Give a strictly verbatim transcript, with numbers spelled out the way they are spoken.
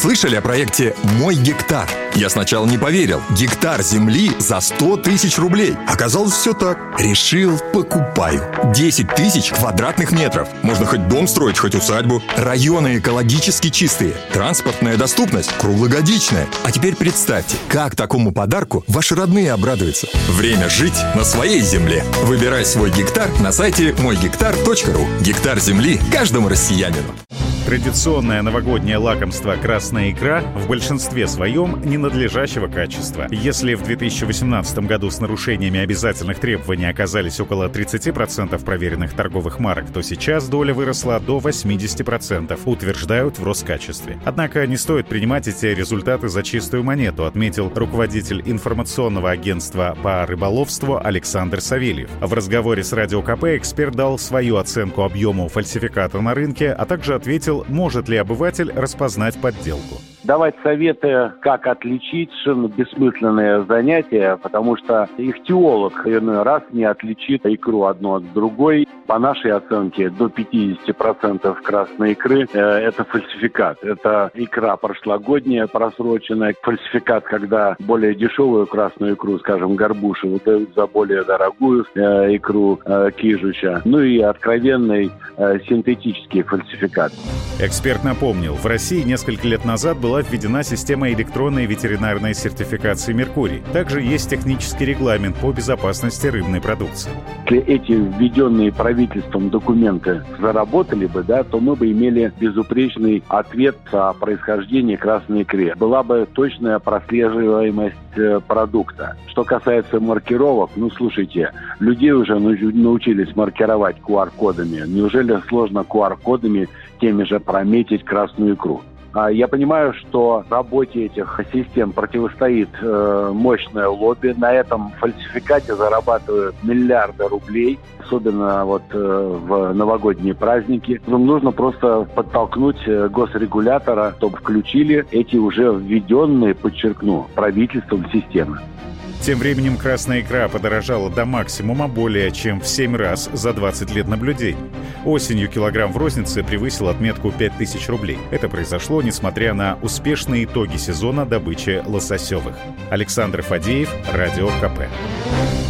Слышали о проекте «Мой гектар»? Я сначала не поверил. Гектар земли за сто тысяч рублей. Оказалось, все так. Решил, покупаю. десять тысяч квадратных метров. Можно хоть дом строить, хоть усадьбу. Районы экологически чистые. Транспортная доступность круглогодичная. А теперь представьте, как такому подарку ваши родные обрадуются. Время жить на своей земле. Выбирай свой гектар на сайте мой гектар точка ру. Гектар земли каждому россиянину. Традиционное новогоднее лакомство «Красная икра» в большинстве своем ненадлежащего качества. Если в две тысячи восемнадцатом году с нарушениями обязательных требований оказались около тридцать процентов проверенных торговых марок, то сейчас доля выросла до восемьдесят процентов, утверждают в Роскачестве. Однако не стоит принимать эти результаты за чистую монету, отметил руководитель информационного агентства по рыболовству Александр Савельев. В разговоре с Радио КП эксперт дал свою оценку объему фальсификата на рынке, а также ответил, может ли обыватель распознать подделку. Давать советы, как отличить, совершенно бессмысленное занятие, потому что ихтиолог иной раз не отличит икру одну от другой. По нашей оценке, до пятьдесят процентов красной икры э, – это фальсификат. Это икра прошлогодняя, просроченная. Фальсификат, когда более дешевую красную икру, скажем, горбушу, выдают за более дорогую э, икру э, кижуча. Ну и откровенный э, синтетический фальсификат. Эксперт напомнил, в России несколько лет назад была введена система электронной ветеринарной сертификации «Меркурий». Также есть технический регламент по безопасности рыбной продукции. Если эти введенные правительством документы заработали бы, да, то мы бы имели безупречный ответ о происхождении красной икры. Была бы точная прослеживаемость продукта. Что касается маркировок, ну, слушайте, людей уже научились маркировать ку ар-кодами. Неужели сложно ку ар-кодами теми же прометить красную икру? Я понимаю, что работе этих систем противостоит э, мощное лобби. На этом фальсификате зарабатывают миллиарды рублей, особенно вот э, в новогодние праздники. Нужно просто подтолкнуть госрегулятора, чтобы включили эти уже введенные, подчеркну, правительством системы. Тем временем красная икра подорожала до максимума более чем в семь раз за двадцать лет наблюдений. Осенью килограмм в рознице превысил отметку пять тысяч рублей. Это произошло, несмотря на успешные итоги сезона добычи лососевых. Александр Фадеев, Радио КП.